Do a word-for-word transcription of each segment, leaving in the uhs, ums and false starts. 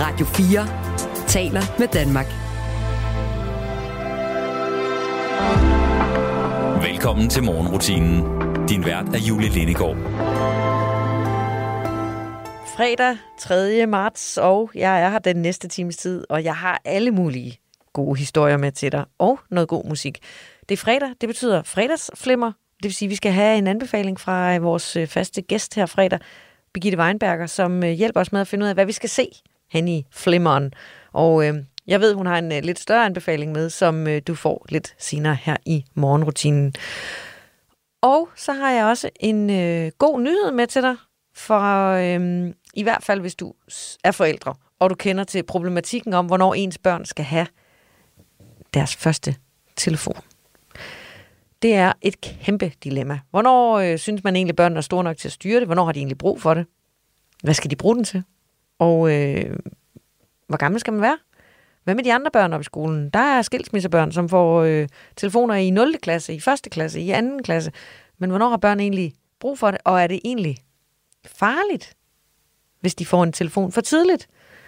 Radio fire taler med Danmark. Velkommen til morgenrutinen. Din vært er Julie Lindegård. Fredag tredje marts, og jeg er her den næste times tid, og jeg har alle mulige gode historier med til dig, og noget god musik. Det er fredag, det betyder fredagsflimmer. Det vil sige, at vi skal have en anbefaling fra vores faste gæst her fredag, Birgitte Weinberger, som hjælper os med at finde ud af, hvad vi skal se hen i flimmeren. Og øh, jeg ved, hun har en lidt større anbefaling med, som øh, du får lidt senere her i morgenrutinen. Og så har jeg også en øh, god nyhed med til dig, for øh, i hvert fald hvis du er forældre, og du kender til problematikken om, hvornår ens børn skal have deres første telefon. Det er et kæmpe dilemma. Hvornår øh, synes man egentlig, børnene er store nok til at styre det? Hvornår har de egentlig brug for det? Hvad skal de bruge den til? Og øh, hvor gammel skal man være? Hvad med de andre børn oppe i skolen? Der er skilsmissebørn, som får øh, telefoner i nul klasse, i første klasse, i anden klasse. Men hvornår har børn egentlig brug for det? Og er det egentlig farligt, hvis de får en telefon for tidligt?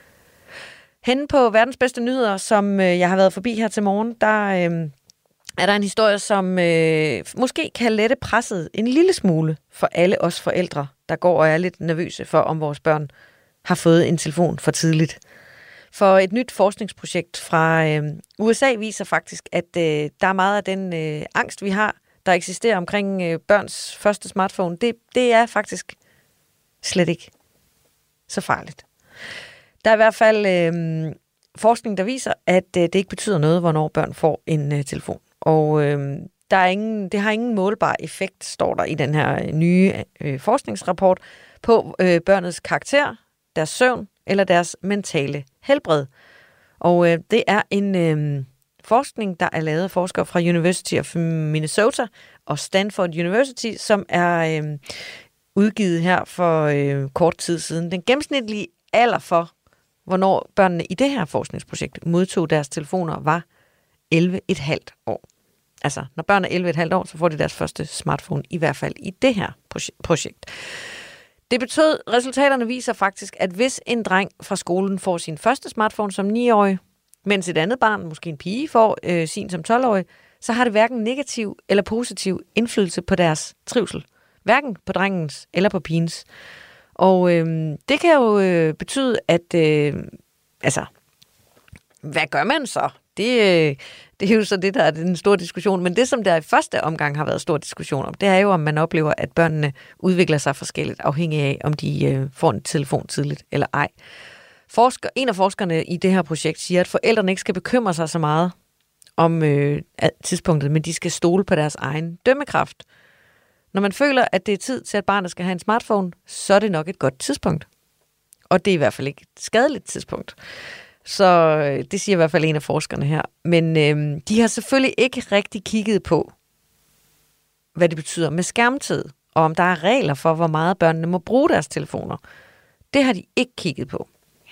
Henne på Verdens Bedste Nyheder, som øh, jeg har været forbi her til morgen, der øh, er der en historie, som øh, måske kan lette presset en lille smule for alle os forældre, der går og er lidt nervøse for, om vores børn har fået en telefon for tidligt. For et nyt forskningsprojekt fra øh, U S A viser faktisk, at øh, der er meget af den øh, angst, vi har, der eksisterer omkring øh, børns første smartphone. Det, det er faktisk slet ikke så farligt. Der er i hvert fald øh, forskning, der viser, at øh, det ikke betyder noget, hvornår børn får en øh, telefon. Og øh, der er ingen, det har ingen målbar effekt, står der i den her nye øh, forskningsrapport, på øh, børnenes karakter, deres søvn eller deres mentale helbred. Og øh, det er en øh, forskning, der er lavet af forskere fra University of Minnesota og Stanford University, som er øh, udgivet her for øh, kort tid siden. Den gennemsnitlige alder for, hvornår børnene i det her forskningsprojekt modtog deres telefoner, var elleve komma fem år. Altså, når børn er elleve komma fem år, så får de deres første smartphone, i hvert fald i det her projekt. Det betød, resultaterne viser faktisk, at hvis en dreng fra skolen får sin første smartphone som ni-årig, mens et andet barn, måske en pige, får øh, sin som tolv-årig, så har det hverken negativ eller positiv indflydelse på deres trivsel. Hverken på drengens eller på pigens. Og øh, det kan jo øh, betyde, at øh, altså, hvad gør man så? Det, øh, det er jo så det, der er den store diskussion. Men det, som der i første omgang har været stor diskussion om, det er jo, om man oplever, at børnene udvikler sig forskelligt, afhængig af, om de øh, får en telefon tidligt eller ej. Forsker, en af forskerne i det her projekt siger, at forældrene ikke skal bekymre sig så meget om øh, tidspunktet, men de skal stole på deres egen dømmekraft. Når man føler, at det er tid til, at barnet skal have en smartphone, så er det nok et godt tidspunkt. Og det er i hvert fald ikke et skadeligt tidspunkt. Så det siger i hvert fald en af forskerne her. Men øh, de har selvfølgelig ikke rigtig kigget på, hvad det betyder med skærmtid, og om der er regler for, hvor meget børnene må bruge deres telefoner. Det har de ikke kigget på.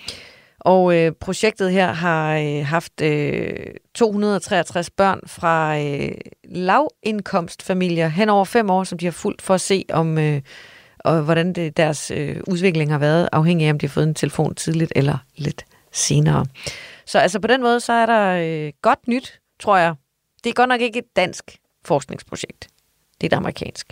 Og øh, projektet her har øh, haft øh, to hundrede og treogtres børn fra øh, lavindkomstfamilier hen over fem år, som de har fulgt for at se, om øh, og hvordan det, deres øh, udvikling har været, afhængig af, om de har fået en telefon tidligt eller lidt senere. Så altså på den måde, så er der øh, godt nyt, tror jeg. Det er godt nok ikke et dansk forskningsprojekt. Det er et amerikansk.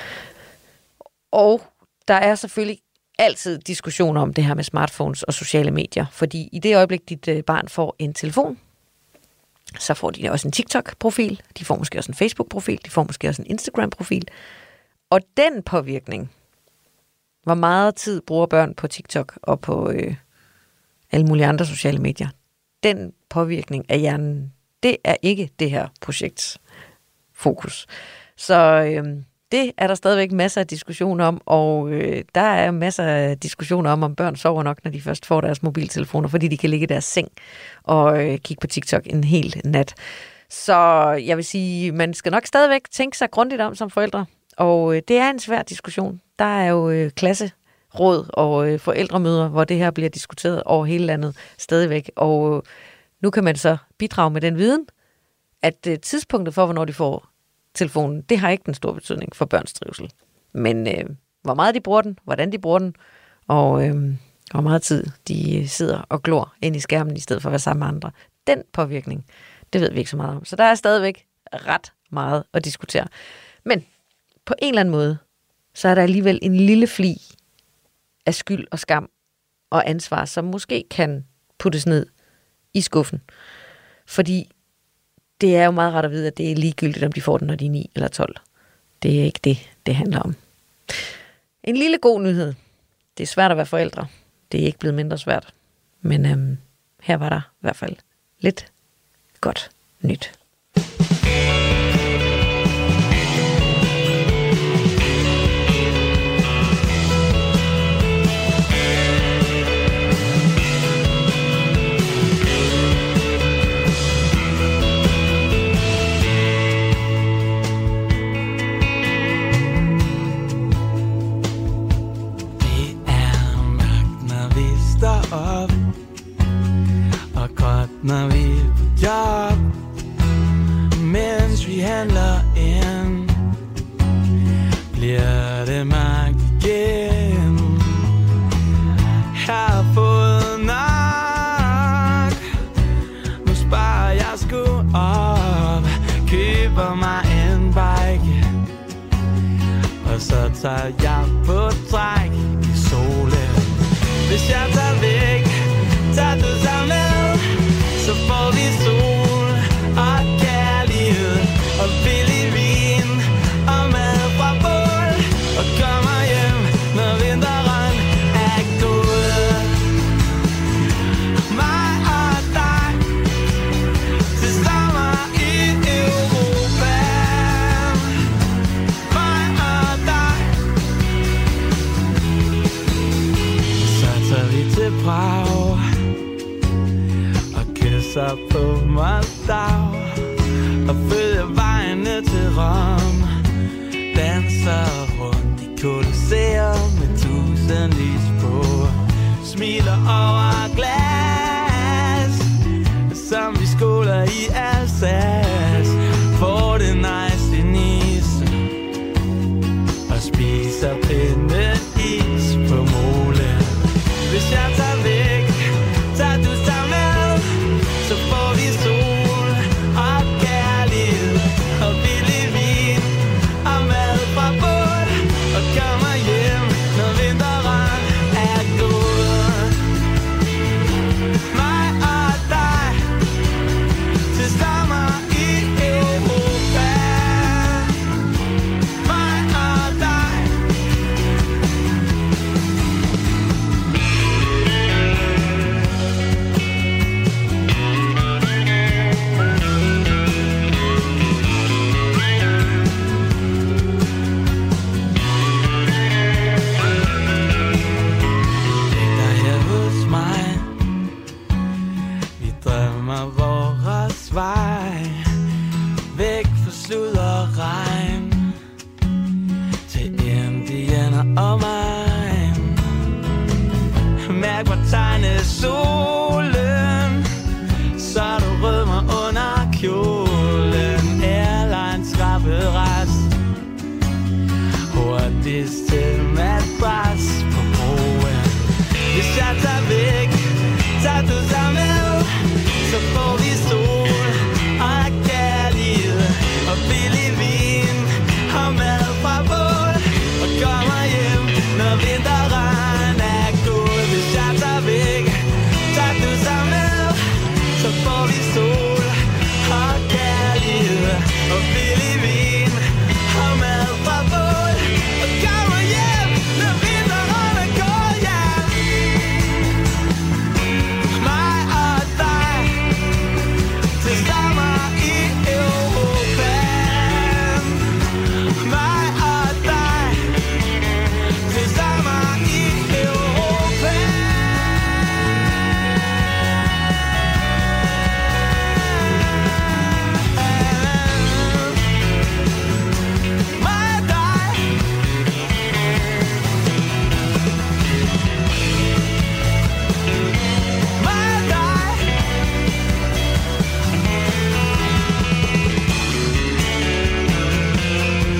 Og der er selvfølgelig altid diskussioner om det her med smartphones og sociale medier, fordi i det øjeblik, dit øh, barn får en telefon, så får de også en TikTok-profil, de får måske også en Facebook-profil, de får måske også en Instagram-profil. Og den påvirkning, hvor meget tid bruger børn på TikTok og på øh, alle mulige andre sociale medier, den påvirkning af hjernen, det er ikke det her projekts fokus. Så øh, det er der stadigvæk masser af diskussioner om, og øh, der er masser af diskussioner om, om børn sover nok, når de først får deres mobiltelefoner, fordi de kan ligge i deres seng og øh, kigge på TikTok en hel nat. Så jeg vil sige, man skal nok stadigvæk tænke sig grundigt om som forældre, og øh, det er en svær diskussion. Der er jo øh, klasseråd og øh, forældremøder, hvor det her bliver diskuteret over hele landet stadigvæk, og øh, nu kan man så bidrage med den viden, at øh, tidspunktet for, hvornår de får telefonen, det har ikke den store betydning for børns trivsel. Men øh, hvor meget de bruger den, hvordan de bruger den, og øh, hvor meget tid de sidder og glor ind i skærmen, i stedet for at være sammen med andre. Den påvirkning, det ved vi ikke så meget om. Så der er stadigvæk ret meget at diskutere. Men på en eller anden måde, så er der alligevel en lille fli af skyld og skam og ansvar, som måske kan puttes ned i skuffen. Fordi det er jo meget rart at vide, at det er ligegyldigt, om de får den, når de er ni eller tolv. Det er ikke det, det handler om. En lille god nyhed. Det er svært at være forældre. Det er ikke blevet mindre svært. Men øhm, her var der i hvert fald lidt godt nyt. Op, og godt når vi er på job, mens vi handler ind, bliver det magt igen. Jeg har fået nok, nu sparer jeg sgu op, køber mig en bike, og så tager jeg på træk i solen. Hvis jeg tager væk, tager du sig med, så får vi sol og kærlighed og billig vin og mad fra bål, og kommer hjem, når vinteren er gået. Mig og dig til sommer i Europa. Mig og dig. Så vi til Prag og kysser på Moldau og følger vejene til Rom, danser rundt i Colosseum med tusind lys på, smiler over glas, som vi skåler i Alsace, får det nice i Nice og spiser pinde is på Målen. Hvis jeg tager væk, tager du sig med, så får vi sol og kærlighed og billig vin og mad fra bål, og kommer hjem, når vinteren er gået. Mig og dig til sommer i Europa. Mig og dig. Vores vej væk fra slud og regn til Indianer og mig. Mærk hvor tegnet solen, så du rød mig under kjolen. Airlines rappelrest, hurtigst til madras på broen. Hvis jeg tager væk, tager du sig med, så får vi sol og kærlighed og billig vin og mad fra bål, og kommer hjem, når vinteren er gået. Hvis jeg tager væk, tager du sig med, så får vi sol og kærlighed og billig vin og mad fra bål, og kommer hjem, når vinteren er gået, ja. Mig og dig til sommer i Europa. Mig og dig til sommer i Europa. Mig og dig. Mig og dig.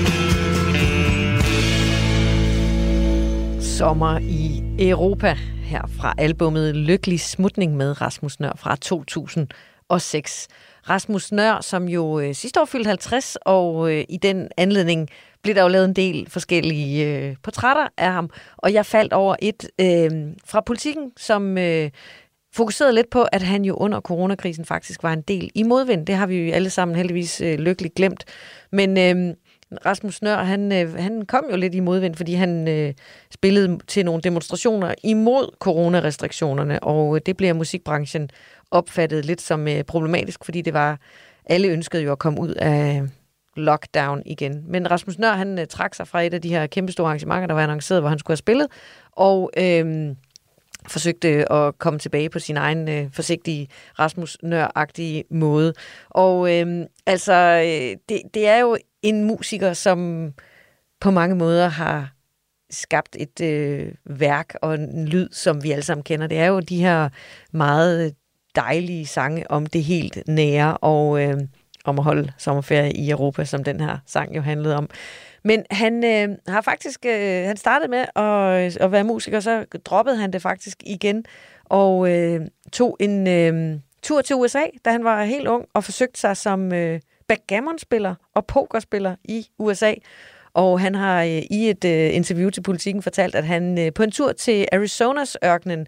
Sommer i Europa her fra albumet Lykkelig Smutning med Rasmus Nøhr fra to tusind og seks. Rasmus Nøhr, som jo øh, sidste år fyldte halvtreds, og øh, i den anledning blev der jo lavet en del forskellige øh, portrætter af ham. Og jeg faldt over et øh, fra Politikken, som øh, fokuserede lidt på, at han jo under coronakrisen faktisk var en del i modvind. Det har vi jo alle sammen heldigvis øh, lykkeligt glemt. Men øh, Rasmus Nøhr, han, øh, han kom jo lidt i modvind, fordi han øh, spillede til nogle demonstrationer imod coronarestriktionerne, og øh, det bliver musikbranchen opfattet lidt som øh, problematisk, fordi det var, alle ønskede jo at komme ud af lockdown igen. Men Rasmus Nøhr, han øh, trak sig fra et af de her kæmpestore arrangementer, der var annonceret, hvor han skulle have spillet, og øh, forsøgte at komme tilbage på sin egen øh, forsigtige Rasmus Nøhr-agtige måde. Og øh, altså, øh, det, det er jo en musiker, som på mange måder har skabt et øh, værk og en lyd, som vi alle sammen kender. Det er jo de her meget dejlige sange om det helt nære, og øh, om at holde sommerferie i Europa, som den her sang jo handlede om. Men han øh, har faktisk, øh, han startede med at, at være musiker, så droppede han det faktisk igen, og øh, tog en øh, tur til U S A, da han var helt ung, og forsøgte sig som øh, backgammon-spiller og pokerspiller i U S A. Og han har øh, i et øh, interview til Politikken fortalt, at han øh, på en tur til Arizonas ørkenen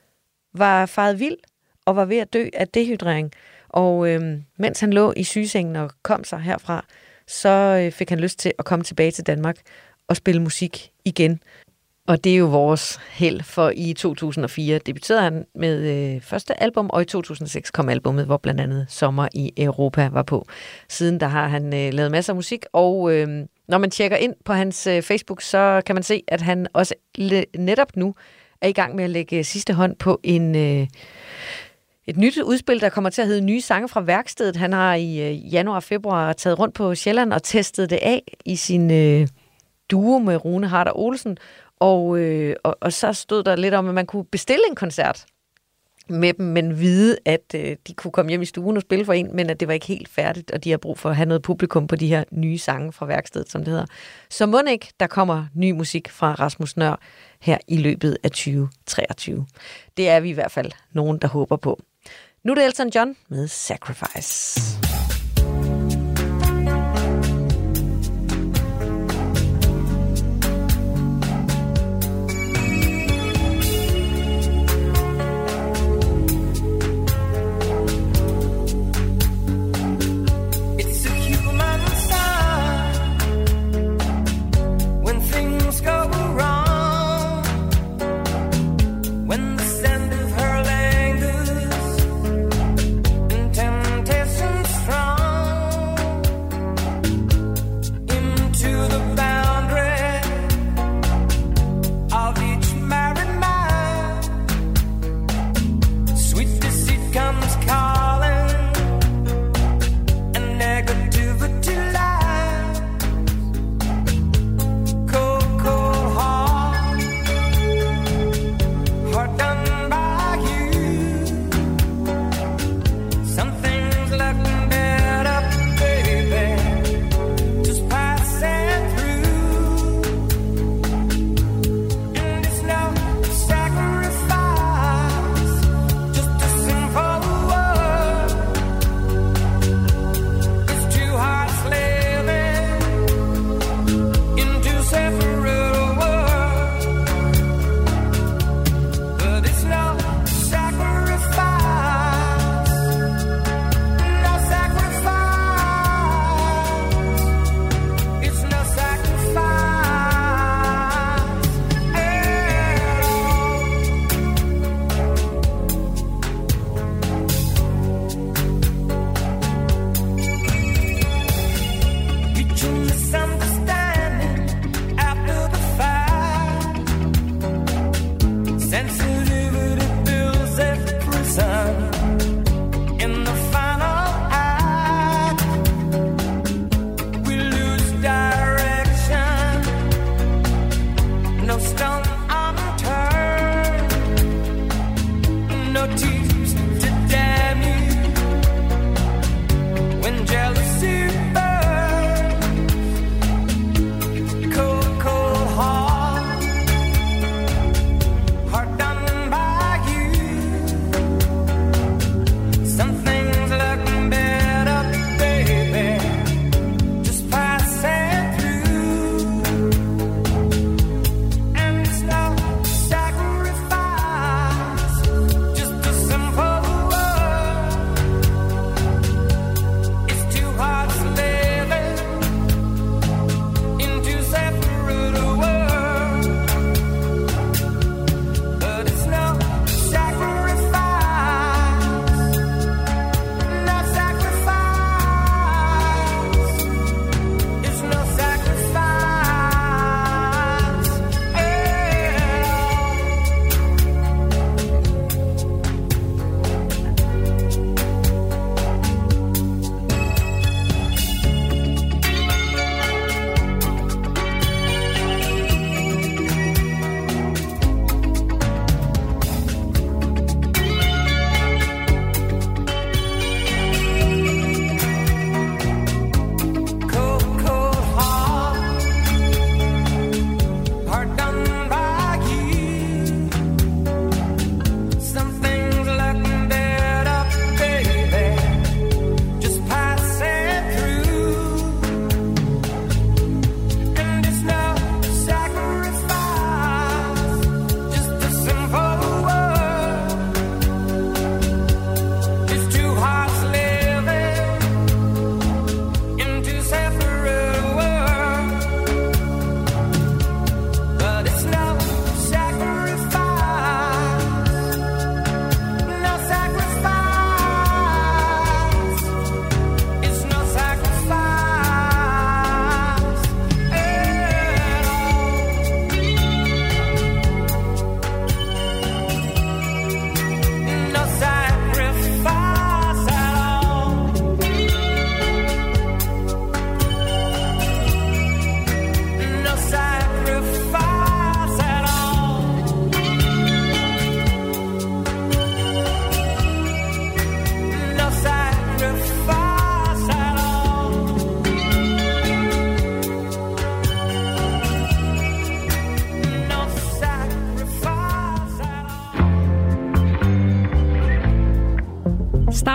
var faret vild og var ved at dø af dehydrering. Og øh, mens han lå i sygesengen og kom sig herfra, så øh, fik han lyst til at komme tilbage til Danmark og spille musik igen. Og det er jo vores held, for i to tusind og fire debuterede han med øh, første album, og i to tusind og seks kom albumet, hvor blandt andet Sommer i Europa var på. Siden der har han øh, lavet masser af musik, og øh, når man tjekker ind på hans øh, Facebook, så kan man se, at han også le- netop nu er i gang med at lægge sidste hånd på en... Øh, Et nyt udspil, der kommer til at hedde Nye Sange fra Værkstedet. Han har i øh, januar og februar taget rundt på Sjælland og testet det af i sin øh, duo med Rune Harder Olsen. Og, øh, og, og så stod der lidt om, at man kunne bestille en koncert med dem, men vide, at øh, de kunne komme hjem i stuen og spille for en, men at det var ikke helt færdigt, og de har brug for at have noget publikum på de her nye sange fra Værkstedet, som det hedder. Så mon ikke, der kommer ny musik fra Rasmus Nøhr her i løbet af tyve treogtyve. Det er vi i hvert fald nogen, der håber på. Nu er det Elton John med Sacrifice. Friends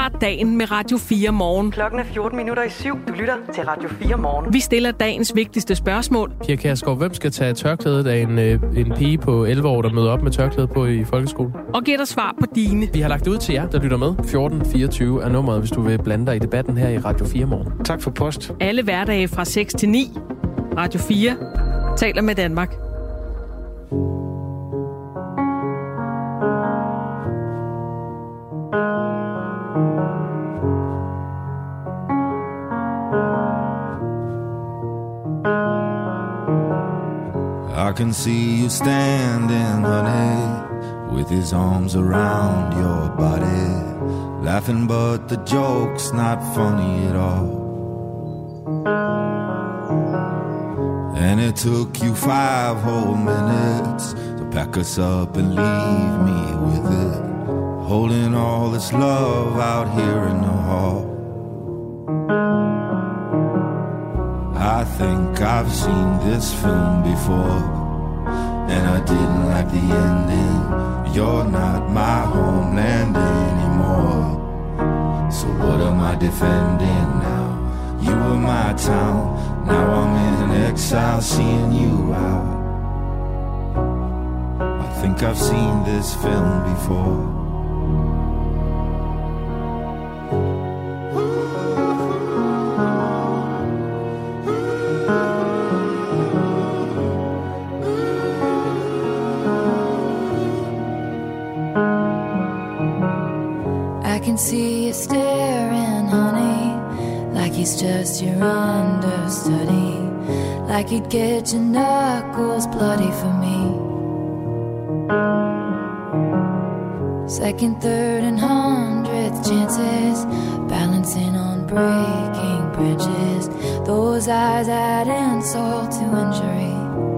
Start dagen med Radio fire Morgen. Klokken er fjorten minutter i syv. Du lytter til Radio fire Morgen. Vi stiller dagens vigtigste spørgsmål. Pia Kjærsgaard, hvem skal tage tørklædet af en, en pige på elleve år, der møder op med tørklæde på i folkeskolen? Og giver dig svar på dine. Vi har lagt det ud til jer, der lytter med. fjorten fireogtyve er nummeret, hvis du vil blande dig i debatten her i Radio fire Morgen. Tak for post. Alle hverdage fra seks til ni. Radio fire taler med Danmark. I can see you standing, honey, with his arms around your body, laughing but the joke's not funny at all. And it took you five whole minutes to pack us up and leave me with it, holding all this love out here in the hall. I think I've seen this film before, and I didn't like the ending. You're not my homeland anymore, so what am I defending now? You were my town, now I'm in exile seeing you out. I think I've seen this film before. See you staring, honey, like he's just your understudy, like he'd get your knuckles bloody for me. Second, third, and hundredth chances, balancing on breaking bridges. Those eyes add insult to injury.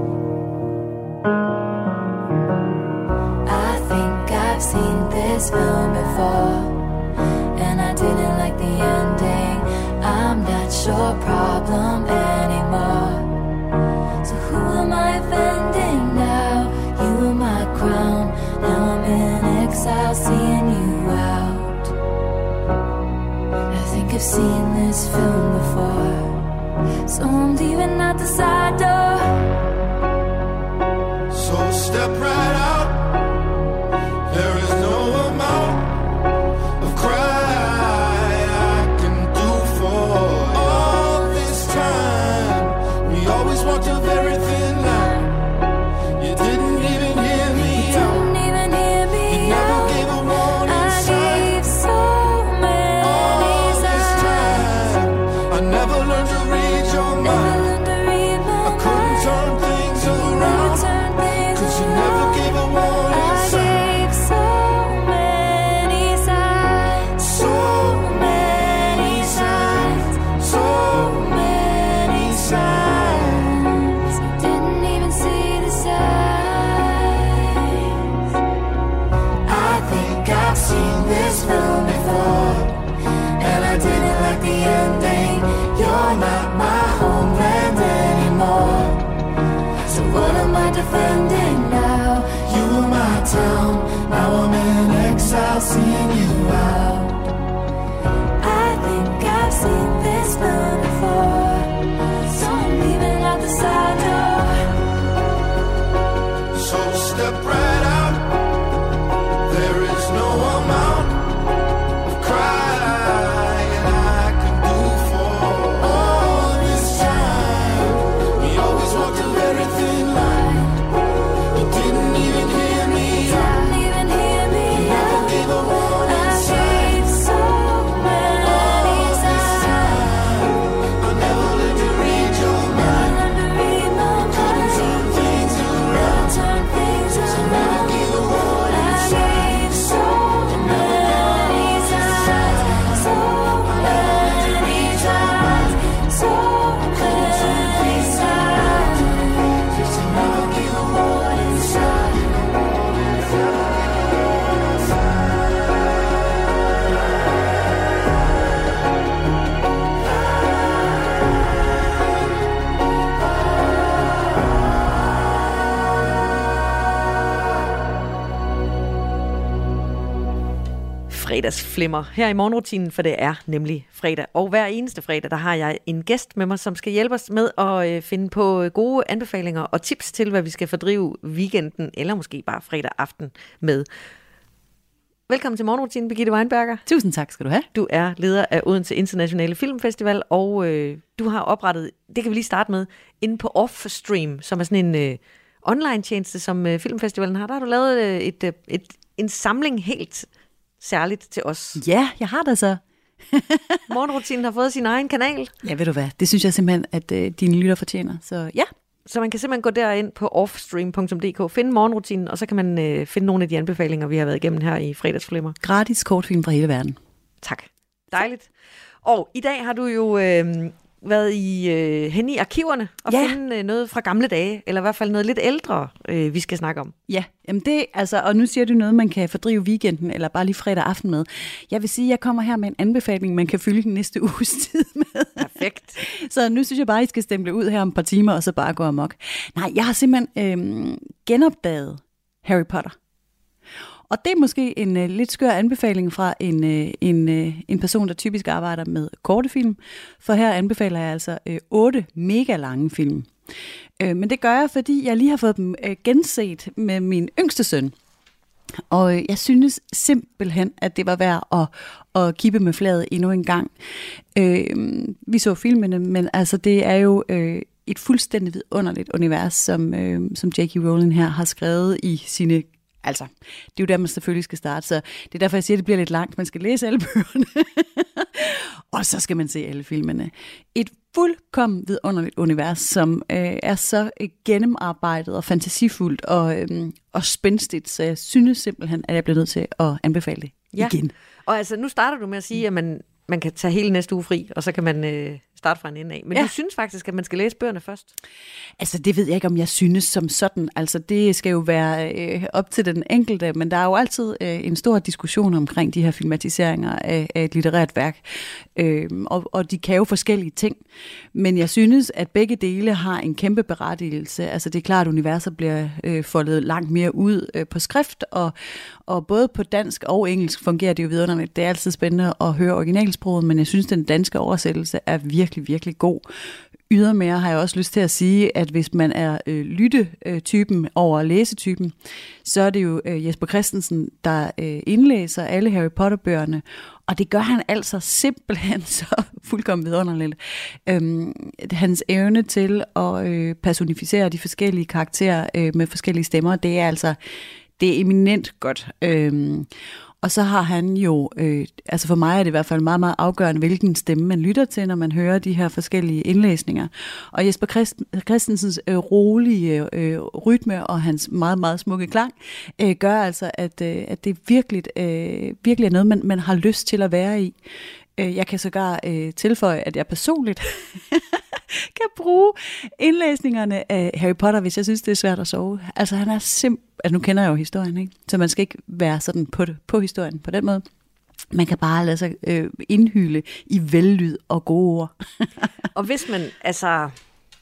I think I've seen this film before, and I didn't like the ending. I'm not your problem anymore, so who am I offending now? You were my crown, now I'm in exile seeing you out. I think I've seen this film before, so I'm leaving out the side door. So step right out, there is no amount of cry walked a very thin line. You didn't even hear me you out. Didn't even hear me you never out. gave a warning I sign. gave so many All this signs. time, I never learned to read your Never mind. learned to read my I couldn't mind. turn things Never around, turned things cause you around. never gave a warning I sign. gave so many signs. So many signs, so many signs. Didn't even see the signs. I think I've seen this film before, and I didn't like the ending. You're not my homeland anymore, so what am I defending now? You were my town, now I'm in exile seeing you out. I think I've seen this film before, so I'm leaving out the side door. So step right out, there is no amount of crying I can do for all this time. We always walked a very thin line. You didn't even hear me out. Didn't even hear me You never out. gave a warning I fredagsflimmer her i morgenrutinen, for det er nemlig fredag. Og hver eneste fredag, der har jeg en gæst med mig, som skal hjælpe os med at øh, finde på gode anbefalinger og tips til, hvad vi skal fordrive weekenden, eller måske bare fredag aften med. Velkommen til morgenrutinen, Birgitte Weinberger. Tusind tak skal du have. Du er leder af Odense Internationale Filmfestival, og øh, du har oprettet, det kan vi lige starte med, inde på Offstream, som er sådan en øh, online-tjeneste, som øh, Filmfestivalen har. Der har du lavet øh, et, øh, et, en samling helt særligt til os. Ja, jeg har det så. Morgenrutinen har fået sin egen kanal. Ja, ved du hvad, det synes jeg simpelthen, at øh, dine lytter fortjener. Så ja. Så man kan simpelthen gå derind på offstream punktum d k, finde morgenrutinen, og så kan man øh, finde nogle af de anbefalinger, vi har været igennem her i fredagsflimmer. Gratis kortfilm fra hele verden. Tak. Dejligt. Og i dag har du jo øh, været i, øh, hen i arkiverne og ja. finde øh, noget fra gamle dage, eller i hvert fald noget lidt ældre, øh, vi skal snakke om. Ja, jamen det, altså, og nu siger du noget, man kan fordrive weekenden, eller bare lige fredag aften med. Jeg vil sige, at jeg kommer her med en anbefaling, man kan fylde den næste uges tid med. Perfekt. Så nu synes jeg bare, I skal stemple ud her om et par timer, og så bare gå amok. Nej, jeg har simpelthen øh, genopdaget Harry Potter. Og det er måske en øh, lidt skør anbefaling fra en, øh, en, øh, en person, der typisk arbejder med korte film. For her anbefaler jeg altså øh, otte mega lange film. Øh, men det gør jeg, fordi jeg lige har fået dem øh, genset med min yngste søn. Og øh, jeg synes simpelthen, at det var værd at, at kippe med flaget endnu en gang. Øh, vi så filmene, men altså det er jo øh, et fuldstændig vidunderligt univers, som, øh, som J K Rowling her har skrevet i sine. Altså, det er jo der, man selvfølgelig skal starte, så det er derfor, jeg siger, at det bliver lidt langt. Man skal læse alle bøgerne, og så skal man se alle filmene. Et fuldkommen vidunderligt univers, som øh, er så øh, gennemarbejdet og fantasifuldt og, øh, og spændstigt, så jeg synes simpelthen, at jeg bliver nødt til at anbefale det ja. igen. Og altså, nu starter du med at sige, at man, man kan tage hele næste uge fri, og så kan man øh, starte fra en ende af. Men ja. Du synes faktisk, at man skal læse bøgerne først? Altså, det ved jeg ikke, om jeg synes som sådan. Altså, det skal jo være øh, op til den enkelte, men der er jo altid øh, en stor diskussion omkring de her filmatiseringer af, af et litterært værk. Øh, og, og de kan jo forskellige ting. Men jeg synes, at begge dele har en kæmpe berettigelse. Altså, det er klart, at universet bliver øh, foldet langt mere ud øh, på skrift, og, og både på dansk og engelsk fungerer det jo vidunderligt. Det er altid spændende at høre originalsproget, men jeg synes, den danske oversættelse er virkelig, virkelig god. Ydermere har jeg også lyst til at sige, at hvis man er øh, lyttetypen over læsetypen, så er det jo øh, Jesper Christensen, der øh, indlæser alle Harry Potter-bøgerne, og det gør han altså simpelthen så fuldkommen vidunderligt. Øhm, hans evne til at øh, personificere de forskellige karakterer øh, med forskellige stemmer, det er altså det er eminent godt. Øhm, Og så har han jo, øh, altså for mig er det i hvert fald meget, meget afgørende, hvilken stemme man lytter til, når man hører de her forskellige indlæsninger. Og Jesper Christ, Christensens øh, rolige øh, rytme og hans meget, meget smukke klang, øh, gør altså, at, øh, at det virkelig, øh, virkelig er noget, man, man har lyst til at være i. Øh, jeg kan sågar øh, tilføje, at jeg personligt kan bruge indlæsningerne af Harry Potter, hvis jeg synes, det er svært at sove. Altså han er simpelthen, altså nu kender jeg jo historien, ikke? Så man skal ikke være sådan på, det, på historien på den måde. Man kan bare lade sig øh, indhyle i vellyd og gode ord. Og hvis man, altså,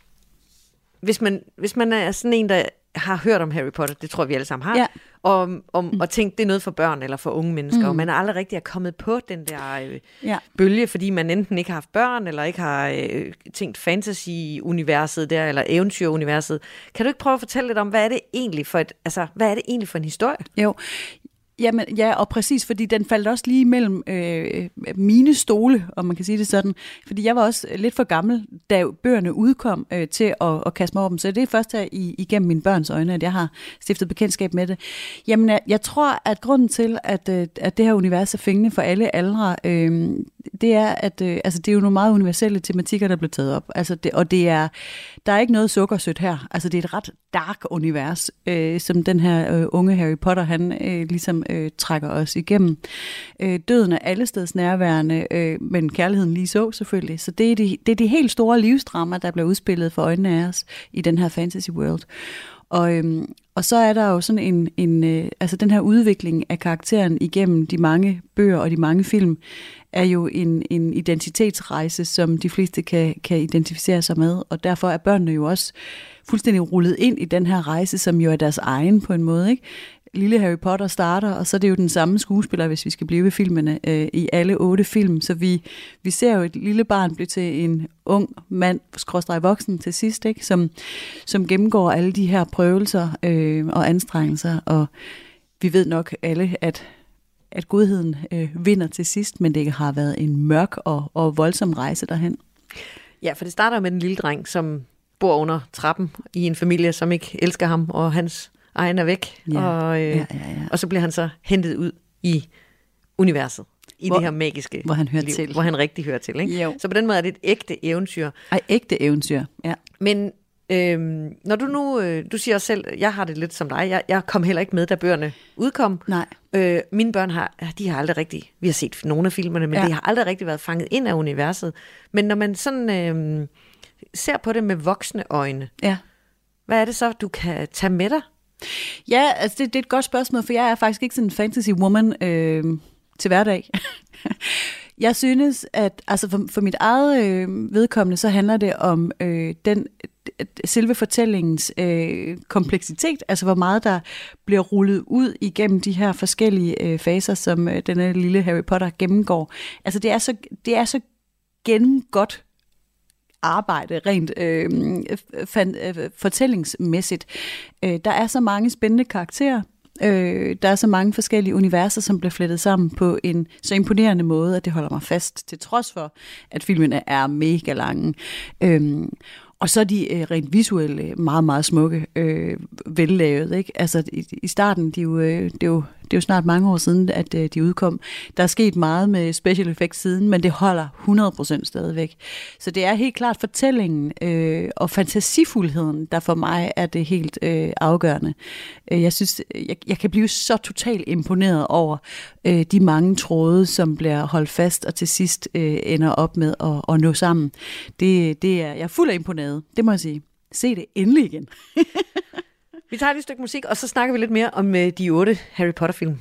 hvis man, hvis man er sådan en, der har hørt om Harry Potter, det tror vi alle sammen har, ja. og, og, mm. og tænkt, det er noget for børn eller for unge mennesker, mm. og man er aldrig rigtig er kommet på den der øh, ja. bølge, fordi man enten ikke har haft børn, eller ikke har øh, tænkt fantasy-universet der, eller eventyr-universet. Kan du ikke prøve at fortælle lidt om, hvad er det egentlig for et, altså, hvad er det egentlig for en historie? Jo. Jamen, ja, og præcis, fordi den faldt også lige mellem øh, mine stole, om man kan sige det sådan. Fordi jeg var også lidt for gammel, da bøgerne udkom øh, til at, at kaste mig over dem. Så det er først her i, igennem mine børns øjne, at jeg har stiftet bekendtskab med det. Jamen, jeg, jeg tror, at grunden til, at, øh, at det her univers er fængende for alle aldre, øh, det er, at øh, altså, det er jo nogle meget universelle tematikker, der bliver taget op. Altså, det, og det er, der er ikke noget sukkersødt her. Altså, det er et ret dark univers, øh, som den her øh, unge Harry Potter, han øh, ligesom øh, trækker os igennem. Øh, døden er allesteds nærværende, øh, men kærligheden lige så selvfølgelig. Så det er de, det er de helt store livsdrama, der bliver udspillet for øjnene af os i den her fantasy world. Og, øhm, og så er der jo sådan en, en øh, altså den her udvikling af karakteren igennem de mange bøger og de mange film, er jo en, en identitetsrejse, som de fleste kan, kan identificere sig med, og derfor er børnene jo også fuldstændig rullet ind i den her rejse, som jo er deres egen på en måde, ikke? lille Harry Potter starter, og så er det jo den samme skuespiller, hvis vi skal blive ved filmene, øh, i alle otte film. Så vi, vi ser jo et lille barn blive til en ung mand, skråstreg voksen til sidst, ikke? Som, som gennemgår alle de her prøvelser øh, og anstrengelser, og vi ved nok alle, at at godheden øh, vinder til sidst, men det har været en mørk og, og voldsom rejse derhen. Ja, for det starter med den lille dreng, som bor under trappen i en familie, som ikke elsker ham, og hans egen er væk. Ja, og, øh, ja, ja, ja. og så bliver han så hentet ud i universet, i hvor, det her magiske hvor han hører liv, til. hvor han rigtig hører til. Ikke? Så på den måde er det et ægte eventyr. Ej, ægte eventyr, ja. Men Øhm, når du nu, øh, du siger også selv, jeg har det lidt som dig, jeg, jeg kom heller ikke med, da bøgerne udkom. Nej. Øh, mine børn har, de har aldrig rigtig, vi har set nogle af filmerne, men ja. de har aldrig rigtig været fanget ind af universet. Men når man sådan øh, ser på det med voksne øjne, ja. hvad er det så, du kan tage med dig? Ja, altså det, det er et godt spørgsmål, for jeg er faktisk ikke sådan en fantasy woman øh, til hverdag. Jeg synes, at altså for, for mit eget øh, vedkommende, så handler det om øh, den selve fortællingens øh, kompleksitet, altså hvor meget der bliver rullet ud igennem de her forskellige øh, faser, som øh, denne lille Harry Potter gennemgår. Altså det er så, det er så gennemgodt arbejde, rent øh, fan, øh, fortællingsmæssigt. Øh, der er så mange spændende karakterer. Øh, der er så mange forskellige universer, som bliver flettet sammen på en så imponerende måde, at det holder mig fast, til trods for, at filmene er mega lange. Øh, Og så er de øh, rent visuelle meget, meget smukke, øh, vellavet. Ikke? Altså i, i starten, de jo, øh, det, er jo, det er jo snart mange år siden, at øh, de udkom. Der er sket meget med special effects siden, men det holder hundrede procent stadigvæk. Så det er helt klart fortællingen øh, og fantasifuldheden, der for mig er det helt øh, afgørende. Jeg synes, jeg, jeg kan blive så totalt imponeret over øh, de mange tråde, som bliver holdt fast og til sidst øh, ender op med at, at nå sammen. Det, det er, jeg er fuld af imponeret. Det må jeg sige. Se det endelig igen. Vi tager et stykke musik, og så snakker vi lidt mere om uh, de otte Harry Potter-film.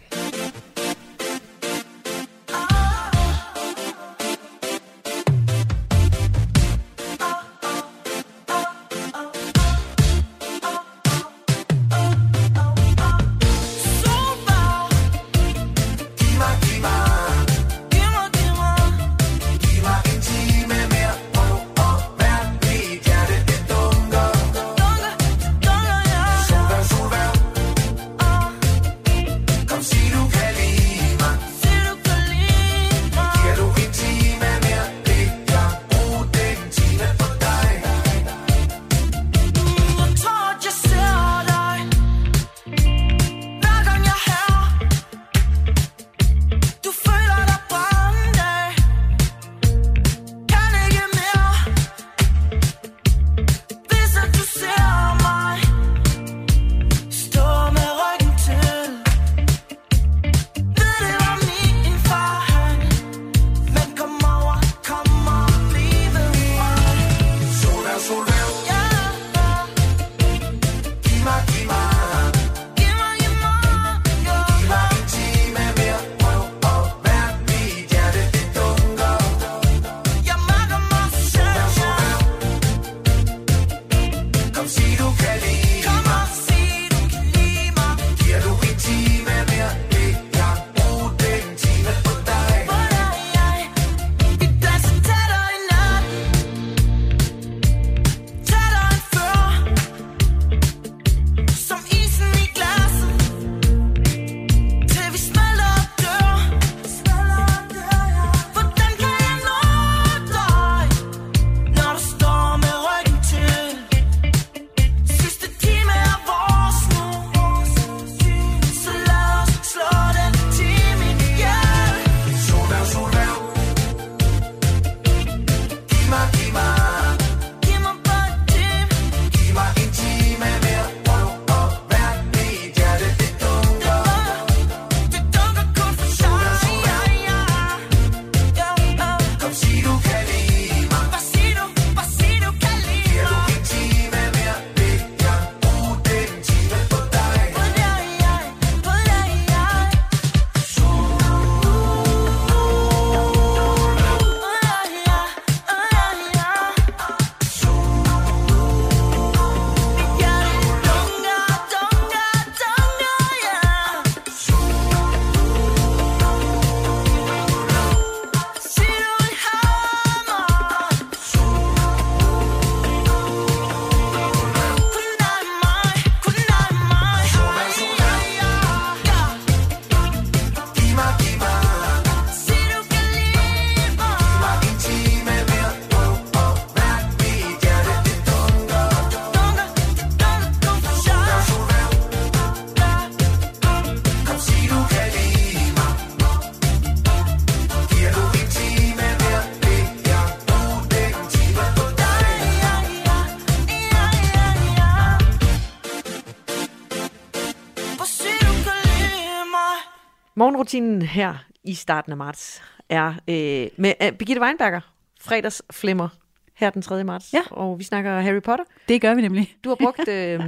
Morgenrutinen her i starten af marts er øh, med uh, Birgitte Weinberger, fredagsflimmer her den tredje marts. Ja. Og vi snakker Harry Potter. Det gør vi nemlig. Du har brugt øh,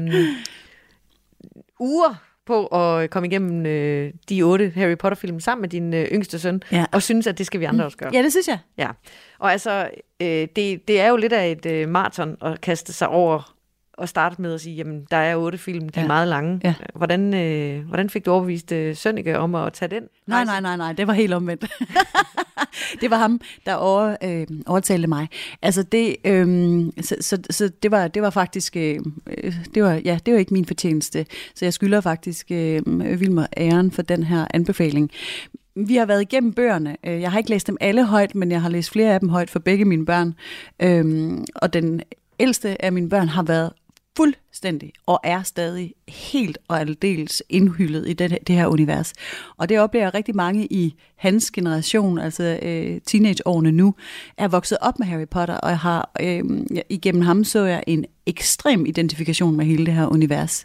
uger på at komme igennem øh, de otte Harry Potter-film sammen med din øh, yngste søn, Ja. og synes, at det skal vi andre også gøre. Ja, det synes jeg. Ja. Og altså, øh, det, det er jo lidt af et øh, maraton at kaste sig over og starte med at sige, jamen, der er otte film, de er Ja. meget lange. Ja. Hvordan, øh, hvordan fik du overbevist øh, Sønneke om at tage den? Nej, nej, nej, nej, det var helt omvendt. Det var ham, der over, øh, overtalte mig. Altså det, øh, så, så, så det var, det var faktisk, øh, det var, ja, det var ikke min fortjeneste. Så jeg skylder faktisk øh, Vilmer æren for den her anbefaling. Vi har været igennem bøgerne. Jeg har ikke læst dem alle højt, men jeg har læst flere af dem højt for begge mine børn. Øhm, og den ældste af mine børn har været fuldstændig og er stadig helt og aldeles indhyllet i det, det her univers. Og det oplever rigtig mange i hans generation, altså øh, teenageårene nu, er vokset op med Harry Potter, og har øh, igennem ham så jeg en ekstrem identifikation med hele det her univers.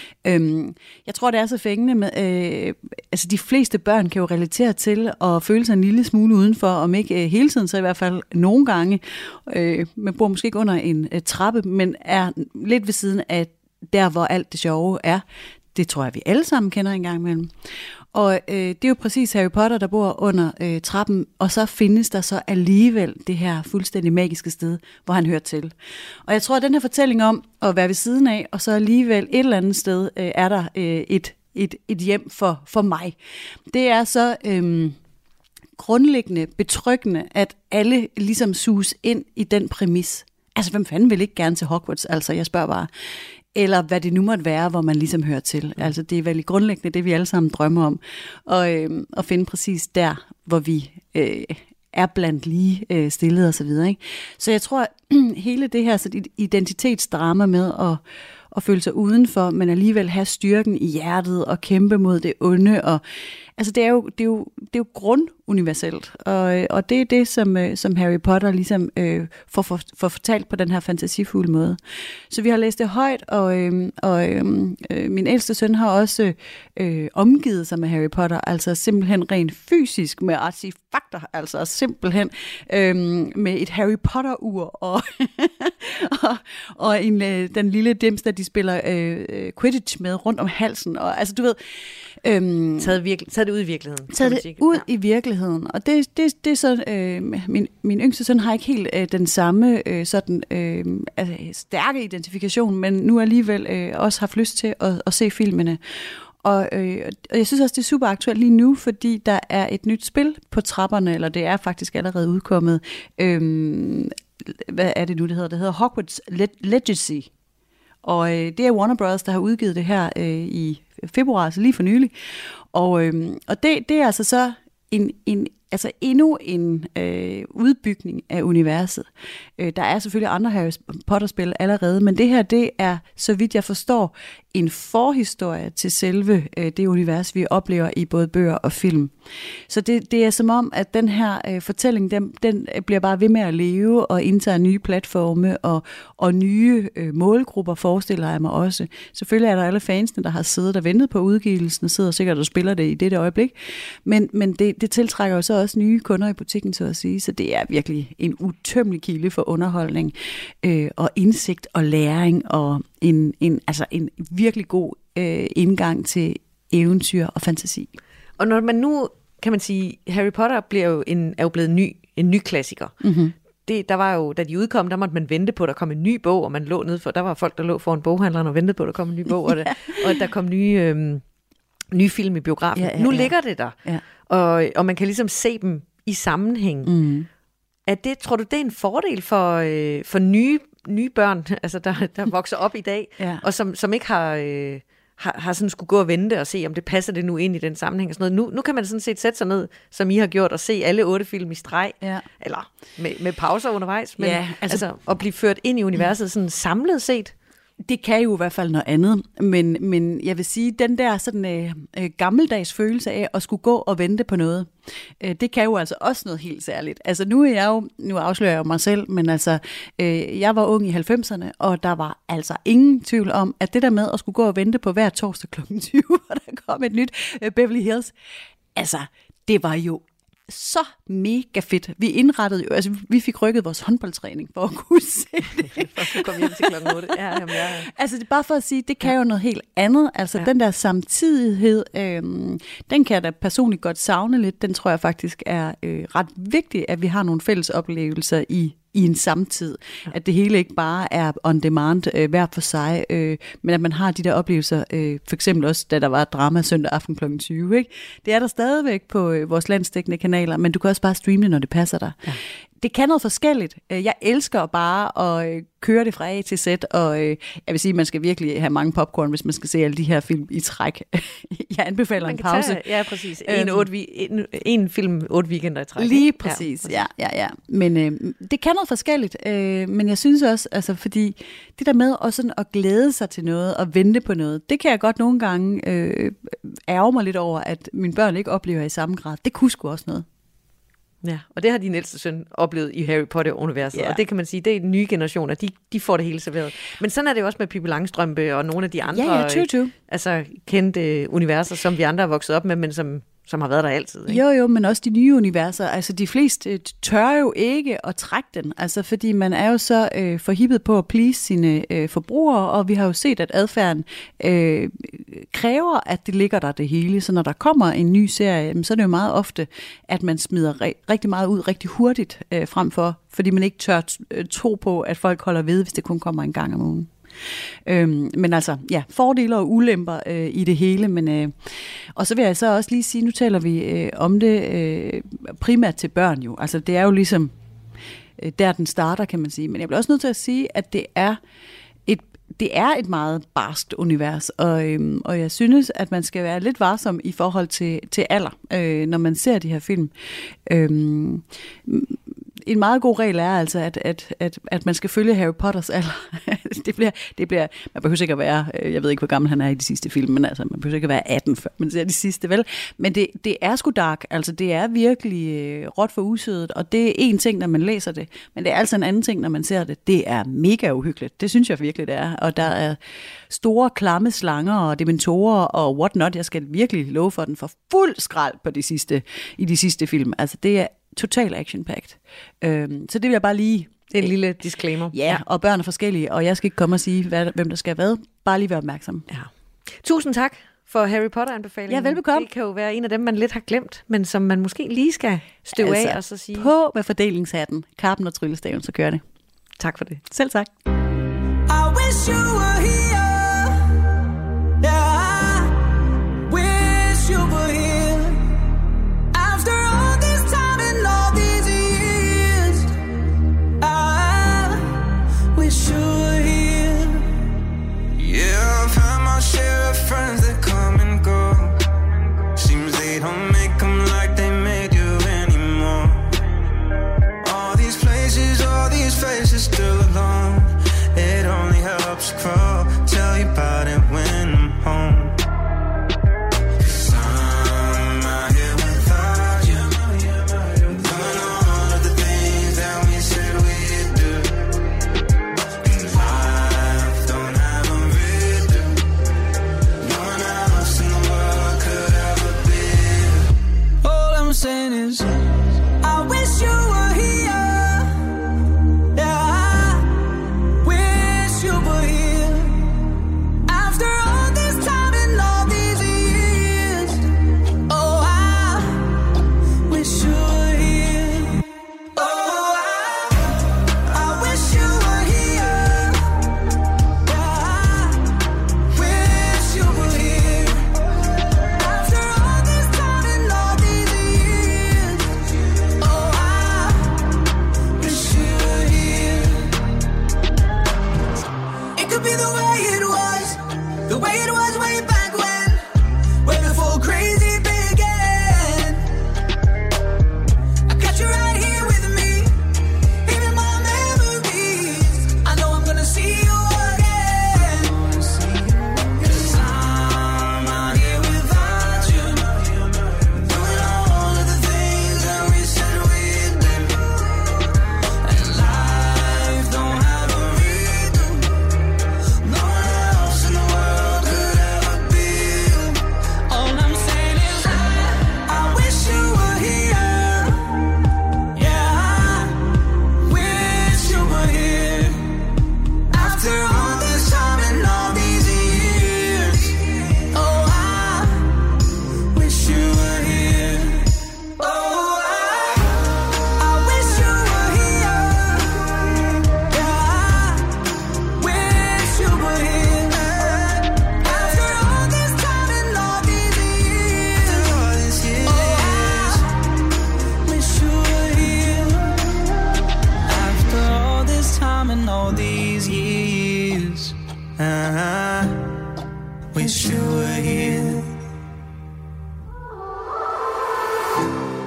Øhm, jeg tror, det er så fængende med, øh, altså de fleste børn kan jo relatere til at føle sig en lille smule udenfor, om ikke øh, hele tiden, så i hvert fald nogle gange. Øh, man bor måske ikke under en øh, trappe, men er lidt ved siden af der, hvor alt det sjove er. Det tror jeg, vi alle sammen kender en gang imellem. Og øh, det er jo præcis Harry Potter, der bor under øh, trappen, og så findes der så alligevel det her fuldstændig magiske sted, hvor han hører til. Og jeg tror, at den her fortælling om at være ved siden af, og så alligevel et eller andet sted øh, er der øh, et, et, et hjem for, for mig. Det er så øh, grundlæggende betryggende, at alle ligesom suges ind i den præmis. Altså, hvem fanden vil ikke gerne til Hogwarts? Altså, jeg spørger bare. Eller hvad det nu måtte være, hvor man ligesom hører til. Altså, det er vel grundlæggende det, vi alle sammen drømmer om. Og øh, at finde præcis der, hvor vi øh, er blandt lige øh, stillet og så videre. Ikke? Så jeg tror, at hele det her så identitetsdrama med at, at føle sig udenfor, men alligevel have styrken i hjertet og kæmpe mod det onde. Og, altså, det er jo, det er jo, det er jo grunduniverselt. Og, og det er det, som, som Harry Potter ligesom øh, får, får, får fortalt på den her fantasifulde måde. Så vi har læst det højt, og, øh, og øh, min ældste søn har også øh, omgivet sig med Harry Potter, altså simpelthen rent fysisk med artefakter, altså simpelthen øh, med et Harry Potter-ur og, og, og en, øh, den lille dims, der de spiller øh, Quidditch med rundt om halsen. Og, altså, du ved... Øh, taget, virke, taget det ud i virkeligheden. Taget det ud ja. i virkeligheden. Og det, det, det er så, øh, min, min yngste søn har ikke helt øh, den samme øh, sådan, øh, altså, stærke identifikation, men nu alligevel øh, også haft lyst til at, at se filmene. Og, øh, og jeg synes også, det er super aktuelt lige nu, fordi der er et nyt spil på trapperne, eller det er faktisk allerede udkommet. Øh, hvad er det nu, det hedder? Det hedder Hogwarts Legacy. Og øh, det er Warner Bros., der har udgivet det her øh, i februar, altså lige for nylig. Og, øh, og det, det er altså så en, en, altså endnu en øh, udbygning af universet. Øh, der er selvfølgelig andre Harry Potter-spil allerede, men det her, det er, så vidt jeg forstår, en forhistorie til selve øh, det univers, vi oplever i både bøger og film. Så det, det er som om, at den her øh, fortælling, den, den bliver bare ved med at leve og indtager nye platforme og, og nye øh, målgrupper, forestiller jeg mig også. Selvfølgelig er der alle fansene, der har siddet og ventet på udgivelsen, og sidder sikkert og spiller det i dette øjeblik. Men, men det, det tiltrækker jo så også nye kunder i butikken, så at sige. Så det er virkelig en utømmelig kilde for underholdning øh, og indsigt og læring og en, en, altså en virkelig god øh, indgang til eventyr og fantasi. Og når man nu, kan man sige, Harry Potter bliver jo en, er jo blevet ny, en ny klassiker. Mm-hmm. Det, der var jo, da de udkom, der måtte man vente på, at der kom en ny bog, og man lå ned for, der var folk, der lå foran boghandleren og ventede på, at der kom en ny bog, og, det, og at der kom nye, øhm, nye film i biografen. Ja, ja, nu ja. ligger det der, ja. og, og man kan ligesom se dem i sammenhæng. Mm. Er det, tror du, det er en fordel for, øh, for nye, nye børn, altså der, der vokser op i dag, ja. og som, som ikke har... Øh, har, har sådan skulle gå og vente og se, om det passer det nu ind i den sammenhæng og sådan noget. Nu, nu kan man sådan set sætte sig ned, som I har gjort, og se alle otte film i streg, ja. eller med, med pauser undervejs, men ja, altså, altså at blive ført ind i universet sådan samlet set. Det kan jo i hvert fald noget andet, men, men jeg vil sige, den der sådan øh, gammeldags følelse af at skulle gå og vente på noget, øh, det kan jo altså også noget helt særligt. Altså nu er jeg jo, nu afslører jeg jo mig selv, men altså, øh, jeg var ung i halvfemserne, og der var altså ingen tvivl om, at det der med at skulle gå og vente på hver torsdag klokken tyve, og der kom et nyt øh, Beverly Hills, altså, det var jo så mega fedt. Vi indrettede jo, altså vi fik rykket vores håndboldtræning for at kunne se det. For at komme hjem til klokken otte. Ja, jamen, ja. Altså det er bare for at sige, det kan ja. jo noget helt andet. Altså ja. den der samtidighed, øhm, den kan jeg da personligt godt savne lidt. Den tror jeg faktisk er øh, ret vigtig, at vi har nogle fælles oplevelser i i en samtid. Ja. At det hele ikke bare er on demand øh, hver for sig, øh, men at man har de der oplevelser, øh, for eksempel også, da der var drama søndag aften klokken tyve. Ikke? Det er der stadigvæk på øh, vores landsdækkende kanaler, men du kan også bare streame det, når det passer dig. Ja. Det kan noget forskelligt. Jeg elsker bare at køre det fra A til Z, og jeg vil sige, at man skal virkelig have mange popcorn, hvis man skal se alle de her film i træk. Jeg anbefaler en pause. Tage, ja, præcis. En, øhm, otte, en, en film otte weekender i træk. Lige præcis, ja, ja, ja. ja. Men øh, det kan noget forskelligt, øh, men jeg synes også, altså fordi det der med også sådan at glæde sig til noget og vente på noget, det kan jeg godt nogle gange øh, ærge mig lidt over, at mine børn ikke oplever i samme grad. Det kunne sgu også noget. Ja, og det har din ældste søn oplevet i Harry Potter-universet, ja. Og det kan man sige, det er den nye generationer, de, de får det hele serveret. Men sådan er det jo også med Pippi Langstrømpe og nogle af de andre ja, ja, true, true. Altså, kendte universer, som vi andre er vokset op med, men som, som har været der altid. Ikke? Jo, jo, men også de nye universer. Altså, de fleste tør jo ikke at trække den, altså, fordi man er jo så øh, forhippet på at please sine øh, forbrugere, og vi har jo set, at adfærden øh, kræver, at det ligger der det hele. Så når der kommer en ny serie, så er det jo meget ofte, at man smider ri- rigtig meget ud rigtig hurtigt øh, frem for, fordi man ikke tør t- tro på, at folk holder ved, hvis det kun kommer en gang om ugen. Øhm, men altså, ja, fordele og ulemper øh, i det hele, men øh, og så vil jeg så også lige sige, nu taler vi øh, om det øh, primært til børn jo, altså det er jo ligesom øh, der den starter, kan man sige, men jeg bliver også nødt til at sige, at det er et det er et meget barskt univers, og, øhm, og jeg synes, at man skal være lidt varsom i forhold til, til alder, øh, når man ser de her film. Øhm, En meget god regel er altså, at, at, at, at man skal følge Harry Potters alder. det bliver, det bliver, man behøver ikke at være, jeg ved ikke, hvor gammel han er i de sidste film, men altså, man behøver ikke at være atten, før man ser de sidste, vel? Men det, det er sgu dark, altså det er virkelig øh, råt for usødet, og det er en ting, når man læser det, men det er altså en anden ting, når man ser det. Det er mega uhyggeligt, det synes jeg virkelig, det er, og der er store, klamme slanger og dementorer og what not. Jeg skal virkelig love for den for fuld skrald på de sidste, i de sidste film. Altså det er total action-packed. Øhm, så det vil jeg bare lige... Det er en lille disclaimer. Ja, og børn er forskellige, og jeg skal ikke komme og sige, hvad, hvem der skal hvad. Bare lige være opmærksom. Ja. Tusind tak for Harry Potter-anbefalingen. Ja, velbekomme. Det kan jo være en af dem, man lidt har glemt, men som man måske lige skal støve altså, af og så sige... på med fordelingshatten, kappen og tryllestaven, så kører det. Tak for det. Selv tak. I wish you were here. Yeah, I wish you were here. After all this time and all these years, I wish you were here. Yeah, I've had my share of friends that come and go. Seems they don't make them like they made you anymore. All these places, all these faces still alone. It only helps crawl. Tell you about it when I'm home. Saying is, I wish you were here. Yeah, I wish you were here. After all this time and all these years, oh, I wish you were here. Oh, I, I wish you were here. Yeah, I wish you were here. After all this time and all these years,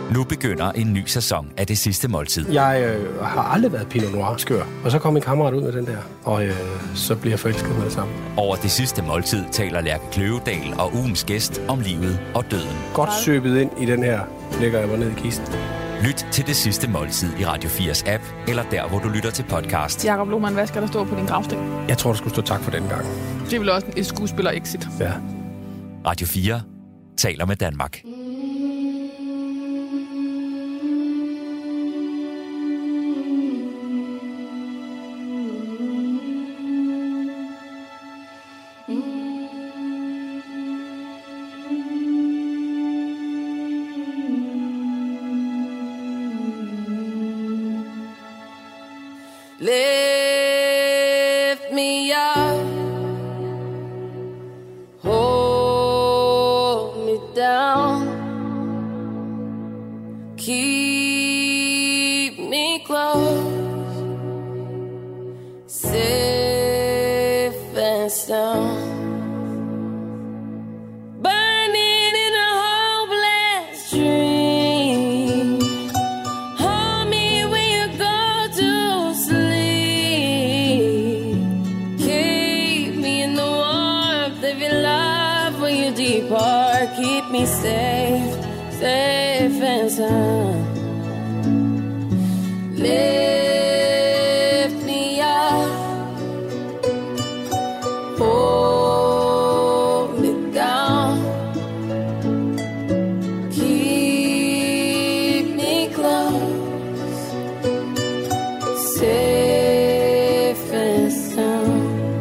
Nu begynder en ny sæson af Det Sidste Måltid. Jeg øh, har aldrig været Pinot Noir skør, og så kom min kammerat ud med den der, og øh, så bliver jeg forelsket med det samme. Over Det Sidste Måltid taler Lærke Kløvedal og ugens gæst om livet og døden. Godt søbet ind i den her, lægger jeg mig ned i kisten. Lyt til Det Sidste Måltid i Radio fires app, eller der, hvor du lytter til podcast. Jakob Lohmann, hvad skal der stå på din gravsten? Jeg tror, der skulle stå tak for den gang. Det er vel også et skuespiller-exit. Ja. Radio fire taler med Danmark. Lift me up, hold me down, keep me close, safe and sound. Keep me safe, safe and sound. Lift me up, hold me down, keep me close, safe and sound.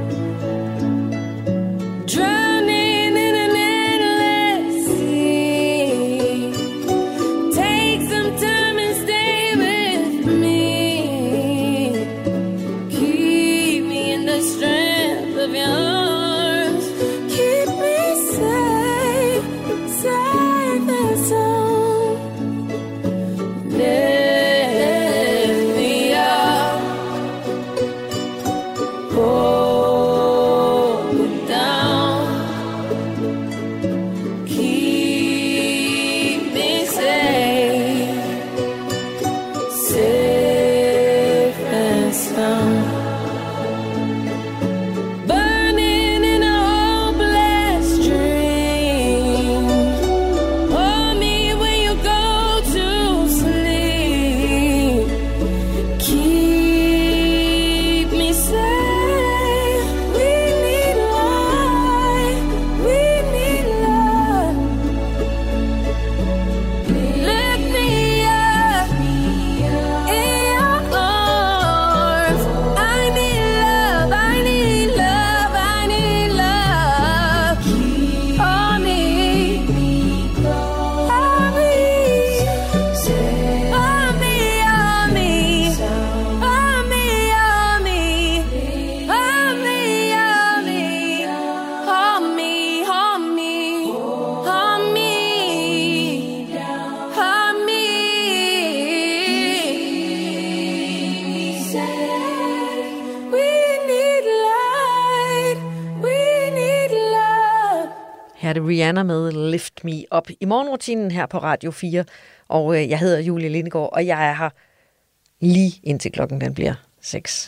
Her er det Rihanna med Lift Me Up i morgenrutinen her på Radio fire. Og øh, jeg hedder Julie Lindegaard, og jeg er her lige indtil klokken den bliver seks.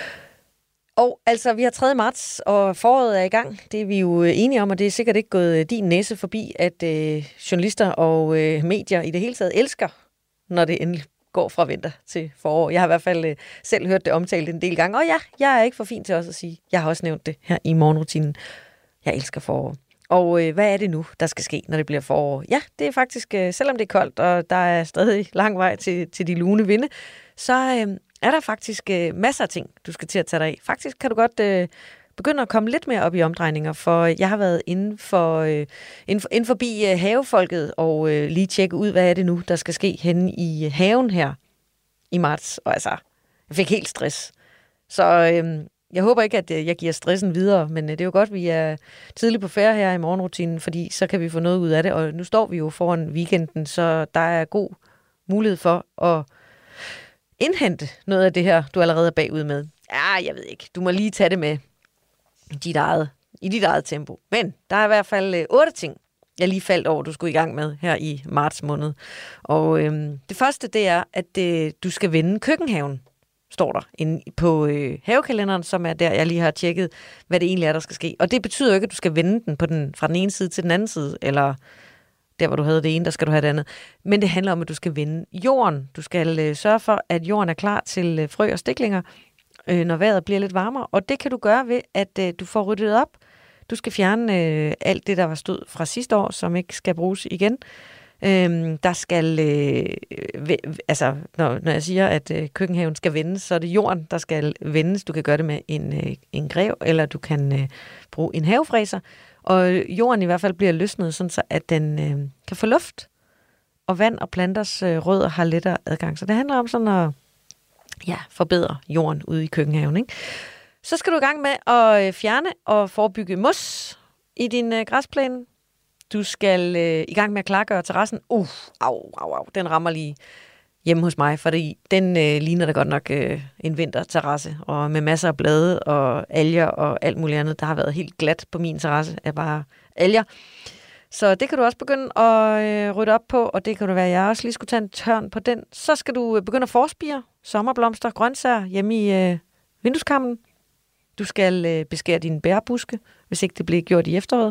Og altså, vi har tredje marts, og foråret er i gang. Det er vi jo enige om, og det er sikkert ikke gået din næse forbi, at øh, journalister og øh, medier i det hele taget elsker, når det endelig går fra vinter til forår. Jeg har i hvert fald øh, selv hørt det omtalt en del gange, og ja, jeg er ikke for fin til også at sige. Jeg har også nævnt det her i morgenrutinen. Jeg elsker forår. Og øh, hvad er det nu, der skal ske, når det bliver forår? Ja, det er faktisk, øh, selvom det er koldt, og der er stadig lang vej til, til de lune vinde, så øh, er der faktisk øh, masser af ting, du skal til at tage dig af. Faktisk kan du godt øh, begynde at komme lidt mere op i omdrejninger, for jeg har været inden for, øh, inden, for, inden forbi øh, havefolket og øh, lige tjekke ud, hvad er det nu, der skal ske henne i haven her i marts. Og altså, jeg fik helt stress. Så øh, jeg håber ikke, at jeg giver stressen videre, men det er jo godt, at vi er tidligt på færd her i morgenrutinen, fordi så kan vi få noget ud af det. Og nu står vi jo foran weekenden, så der er god mulighed for at indhente noget af det her, du allerede er bagud med. Ja, jeg ved ikke. Du må lige tage det med dit eget, i dit eget tempo. Men der er i hvert fald otte ting, jeg lige faldt over, du skulle i gang med her i marts måned. Og øh, det første, det er, at øh, du skal vende køkkenhaven, står der inde på øh, havekalenderen, som er der, jeg lige har tjekket, hvad det egentlig er, der skal ske. Og det betyder jo ikke, at du skal vende den, på den fra den ene side til den anden side, eller der, hvor du havde det ene, der skal du have det andet. Men det handler om, at du skal vende jorden. Du skal øh, sørge for, at jorden er klar til øh, frø og stiklinger, øh, når vejret bliver lidt varmere. Og det kan du gøre ved, at øh, du får ryddet op. Du skal fjerne øh, alt det, der var stod fra sidste år, som ikke skal bruges igen. Øhm, der skal, øh, v- altså, når, når jeg siger, at øh, køkkenhaven skal vendes, så er det jorden, der skal vendes. Du kan gøre det med en, øh, en grev, eller du kan øh, bruge en havefræser. Og jorden i hvert fald bliver løsnet, sådan så at den øh, kan få luft. Og vand og planters øh, rødder har lettere adgang. Så det handler om sådan at ja, forbedre jorden ude i køkkenhaven, ikke? Så skal du i gang med at fjerne og forebygge mos i din øh, græsplæne. Du skal øh, i gang med at klargøre terrassen. Uh, au, au, au, den rammer lige hjemme hos mig, fordi den øh, ligner da godt nok øh, en vinterterrasse, og med masser af blade og alger og alt muligt andet. Der har været helt glat på min terrasse af bare alger. Så det kan du også begynde at øh, rydde op på, og det kan du være, at jeg også lige skulle tage en tørn på den. Så skal du begynde at forspire sommerblomster, grøntsager hjemme i øh, vindueskarmen. Du skal øh, beskære dine bærbuske, hvis ikke det bliver gjort i efteråret.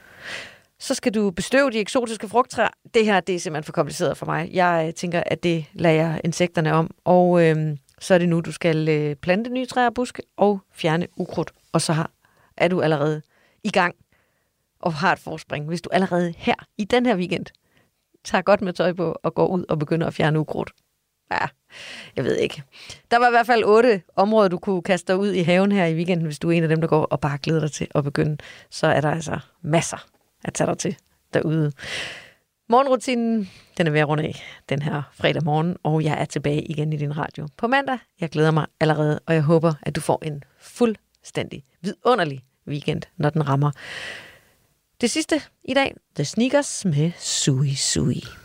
Så skal du bestøve de eksotiske frugttræer. Det her, det er simpelthen for kompliceret for mig. Jeg tænker, at det lader jeg insekterne om. Og øh, så er det nu, du skal øh, plante nye træer og buske og fjerne ukrudt. Og så har, er du allerede i gang og har et forspring. Hvis du allerede her, i den her weekend, tager godt med tøj på og går ud og begynder at fjerne ukrudt. Ja, jeg ved ikke. Der var i hvert fald otte områder, du kunne kaste dig ud i haven her i weekenden, hvis du er en af dem, der går og bare glæder dig til at begynde. Så er der altså masser at tage dig til derude. Morgenrutinen, den er ved at runde af den her fredag morgen, og jeg er tilbage igen i din radio på mandag. Jeg glæder mig allerede, og jeg håber, at du får en fuldstændig vidunderlig weekend, når den rammer. Det sidste i dag, The Sneakers med Sui Sui.